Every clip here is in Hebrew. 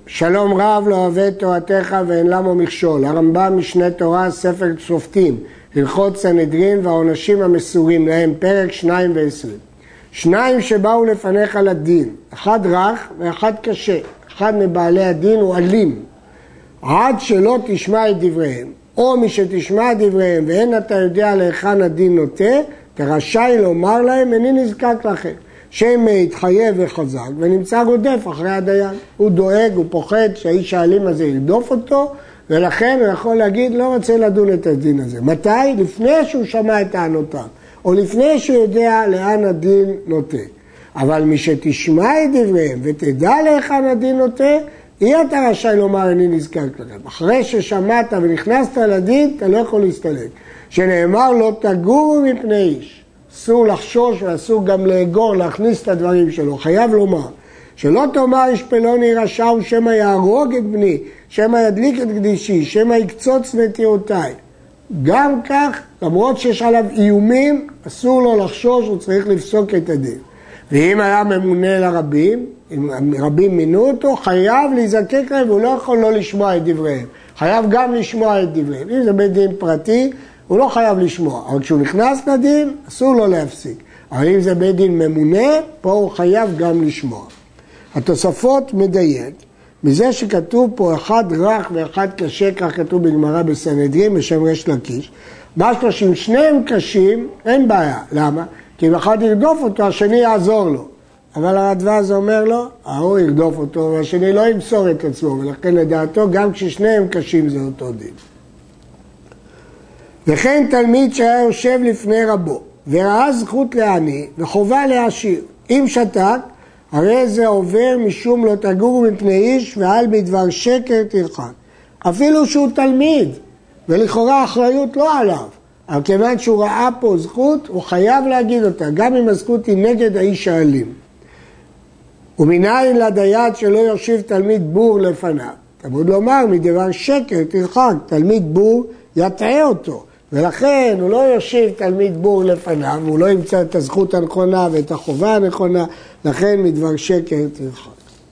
שלום רב לא אוהב תורתך ואין למו מכשול. הרמב"ם משנה תורה, ספר שופטים, הלכות סנהדרין והעונשים המסורים להם, פרק 2 ו-20. שניים שבאו לפניך לדין, אחד רך ואחד קשה. אחד מבעלי הדין הוא אלים, עד שלא תשמע את דבריהם, או מי שתשמע את דבריהם ואין אתה יודע להיכן הדין נוטה, תרשאי לומר להם איני נזקק לכם. שם התחייב וחזק ונמצא רודף אחרי הדיין. הוא דואג, הוא פוחד שהאיש האלים הזה ירדוף אותו, ולכן הוא יכול להגיד לא רוצה לדון את הדין הזה. מתי? לפני שהוא שמע את טענותיו, או לפני שהוא יודע לאן הדין נוטה. אבל מי שתשמע את דבריהם ותדע להיכן הדין נוטה, אי אתה רשאי לומר אני נזקק לכם. אחרי ששמעת ונכנסת לדין, אתה לא יכול להסתלק. שנאמר לא תגורו מפני איש. אסור לחשוש ואסור גם לאגור, להכניס את הדברים שלו. חייב לומר, שלא תאמר איש פלוני רשע ושמא יהרוג את בני, שמא ידליק את קדישי, שמא יקצוץ נטיעותיי. גם כך, למרות שיש עליו איומים, אסור לו לחשוש, הוא צריך לפסוק את הדין. ואם היה ממונה לרבים, אם רבים מינו אותו, חייב להיזקק להם, והוא לא יכול לא לשמוע את דבריהם. חייב גם לשמוע את דבריהם. אם זה בית דין פרטי, הוא לא חייב לשמוע, אבל כשהוא נכנס לדין, אסור לו להפסיק. אבל אם זה בית דין ממונה, פה הוא חייב גם לשמוע. התוספות מדייק, מזה שכתוב פה אחד רך ואחד קשה, כך כתוב בגמרא בסנהדרין בשם ריש לקיש. בשלושים שניהם קשים, אין בעיה. למה? כי אם אחד ירדוף אותו, השני יעזור לו. אבל הרדב"ז אומר לו, הוא ירדוף אותו, והשני לא ימסור את עצמו, ולכן לדעתו, גם כששניהם קשים זה אותו דין. וכן תלמיד שהיה יושב לפני רבו, וראה זכות לעני וחובה לעשיר. אם שתק, הרי זה עובר משום לא תגורו מפני איש, ועל בדבר שקר תרחק. אפילו שהוא תלמיד, ולכאורה האחריות לא עליו. אבל כיוון שהוא ראה פה זכות, הוא חייב להגיד אותה, גם אם הזכות היא נגד האיש האלים. ומנין לדיין שלא יושיב תלמיד בור לפניו. תמוד לומר, מדבר שקר תרחק, תלמיד בור יטעה אותו. ולכן הוא לא יושיב תלמיד בור לפניו, הוא לא ימצא את הזכות הנכונה ואת החובה הנכונה, לכן מדבר שקר תרחק.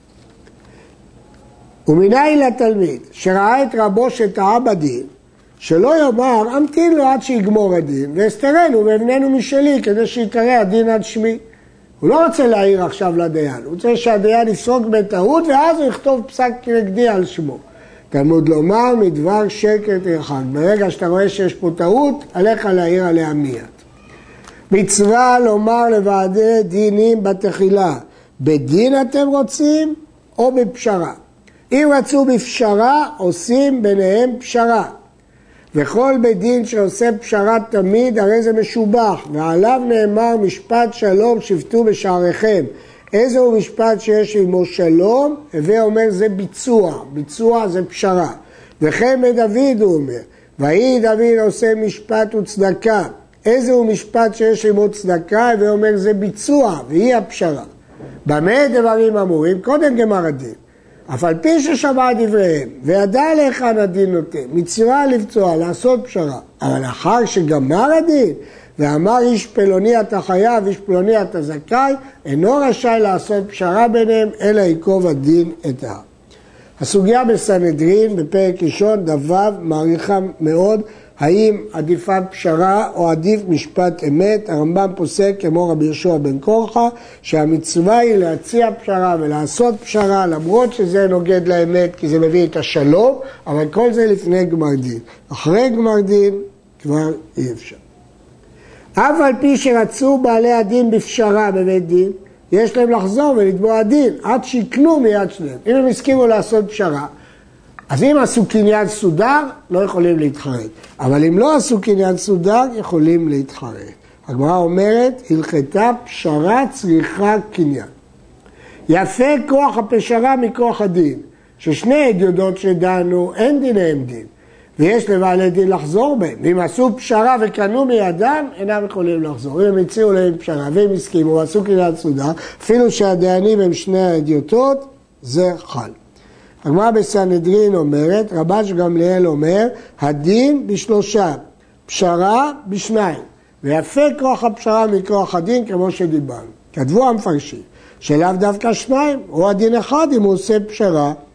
ומנין לתלמיד שראה את רבו שטעה בדין, שלא יאמר, אמתין לו עד שיגמור הדין, ואסתרנו והבננו משלי כדי שיקרא הדין עד שמי. הוא לא רוצה להעיר עכשיו לדיין, הוא רוצה שהדיין יסרוק בטעות, ואז הוא יכתוב פסק נגדי על שמו. תלמוד לומר, מדבר שקר תרחק. ברגע שאתה רואה שיש פה טעות, עליך להעיר עליה מיד. מצווה לומר לוועדי דינים בתחילה, בדין אתם רוצים או בפשרה? אם רצו בפשרה, עושים ביניהם פשרה. וכל בית דין שעושה פשרה תמיד, הרי זה משובח, ועליו נאמר משפט שלום שפטו בשעריכם. איזהו משפט שיש עמו שלום, הווה אומר זה ביצוע, ביצוע זה פשרה. וכן בדוד הוא אומר, ויהי דוד עושה משפט וצדקה. איזהו משפט שיש עמו צדקה, הווה אומר זה ביצוע, והיא הפשרה. במה דברים אמורים? קודם גמר הדין. אף על פי ששמע דבריהם, וידע להיכן הדין נוטה, מצווה לפצוע, לעשות פשרה. אבל לאחר שגמר הדין, ואמר איש פלוני אתה חייב, איש פלוני אתה זכאי, אינו רשאי לעשות פשרה ביניהם, אלא ייקוב הדין את העם. הסוגיה בסנהדרין, בפרק ראשון, דבר מעריכה מאוד, האם עדיפה פשרה או עדיף משפט אמת. הרמב"ם פוסק כמו רבי יהושע בן קורחה, שהמצווה היא להציע פשרה ולעשות פשרה, למרות שזה נוגד לאמת, כי זה מביא את השלום, אבל כל זה לפני גמר דין. אחרי גמר דין כבר אי אפשר. אף על פי שרצו בעלי הדין בפשרה בבית דין, יש להם לחזור ולתבוע דין, עד שיקנו מיד שניהם. אם הם הסכימו לעשות פשרה, אז אם עשו קניין סודר, לא יכולים להתחרט. אבל אם לא עשו קניין סודר, יכולים להתחרט. הגמרא אומרת, הלכתה פשרה צריכה קניין. יפה כוח הפשרה מכוח הדין, ששני עדיודות שדנו, אין דיניהם דין. ויש לבעלי דין לחזור בהם. ואם עשו פשרה וקנו מידם, אינם יכולים לחזור. אם הם הציעו להם פשרה והם הסכימו, ועשו קניין סודר, אפילו שהדיינים הם שני העדיותות, זה חל. הגמרא בסנהדרין אומרת, רבן גמליאל אומר, הדין בשלושה, פשרה בשניים. ויפה כוח הפשרה מכוח הדין כמו שדיברנו. כתבו המפרשים, שלאו דווקא שניים, או הדין אחד אם הוא עושה פשרה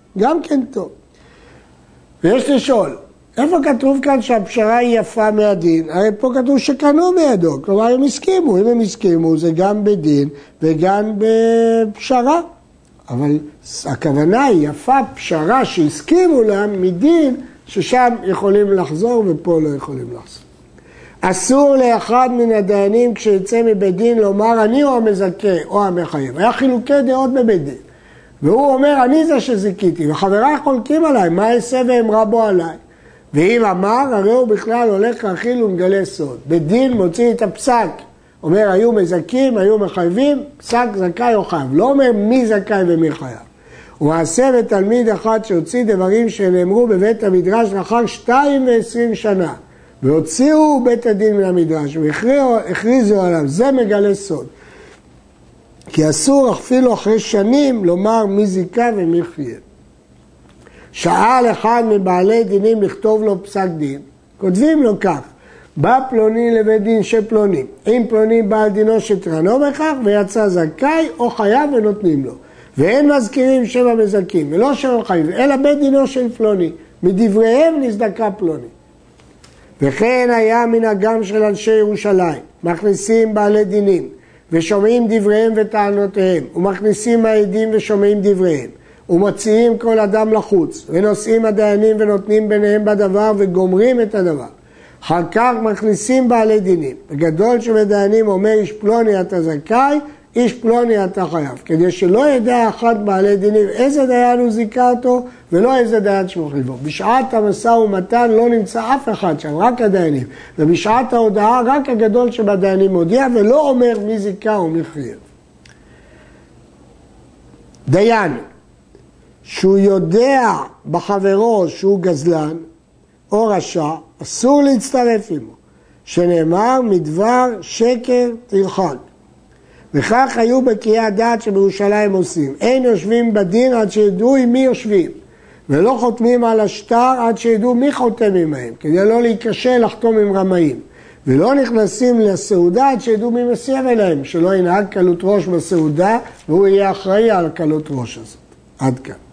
גם כן טוב. ויש לשאול, איפה כתוב כאן שהפשרה היא יפה מהדין? הרי פה כתוב שקנו מידו, כלומר הם הסכימו, אם הם הסכימו זה גם בדין וגם בפשרה. אבל הכוונה היא יפה פשרה שהסכימו לה מדין ששם יכולים לחזור ופה לא יכולים לחזור. אסור לאחד מן הדיינים כשיצא מבית דין לומר אני או המזכה או המחייב. היה חילוקי דעות בבית דין. והוא אומר אני זה שזיקיתי וחבריי חולקים עליי, מה אעשה ואמרה בו עליי? ואם אמר הרי הוא בכלל הולך להכיל ומגלה סוד. בית דין מוציא את הפסק. אומר היו מזכים, היו מחייבים, פסק זכאי או חייב. לא אומר מי זכאי ומי חייב. ומעשה בתלמיד אחד שהוציא דברים שנאמרו בבית המדרש לאחר 22 שנה. והוציאו בית הדין מן המדרש והכריזו עליו, זה מגלה סוד. כי אסור אפילו אחרי שנים לומר מי זיכה ומי חייב. שאל אחד מבעלי דינים לכתוב לו פסק דין, כותבים לו כך, בא פלוני לבית דין של פלוני, אם פלוני בעל דינו שטרנו בכך ויצא זכאי או חייב ונותנים לו. ואין מזכירים שם המזכים ולא שם החייב, אלא בית דינו של פלוני, מדבריהם נזדקה פלוני. וכן היה מנהגם של אנשי ירושלים, מכניסים בעלי דינים ושומעים דבריהם וטענותיהם, ומכניסים העדים ושומעים דבריהם, ומוציאים כל אדם לחוץ, ונושאים הדיינים ונותנים ביניהם בדבר וגומרים את הדבר. אחר כך מכניסים בעלי דינים, וגדול שמדיינים אומר איש פלוני אתה זכאי, איש פלוני אתה חייב, כדי שלא ידע אחד בעלי דינים איזה דיין הוא זיכה אותו ולא איזה דיין שמחליפו. בשעת המשא ומתן לא נמצא אף אחד שם, רק הדיינים, ובשעת ההודעה רק הגדול שבדיינים מודיע ולא אומר מי זיכה או מי חייב. דיין שהוא יודע בחברו שהוא גזלן או רשע, אסור להצטרף עמו, שנאמר מדבר שקר תרחק. וכך היו בקיאי הדעת שבירושלים עושים. אין יושבים בדין עד שידעו עם מי יושבים, ולא חותמים על השטר עד שידעו מי חותם עמהם, כדי לא להיקשה לחתום עם רמאים. ולא נכנסים לסעודה עד שידעו מי מסייב אליהם, שלא ינהג קלות ראש בסעודה, והוא יהיה אחראי על קלות ראש הזאת. עד כאן.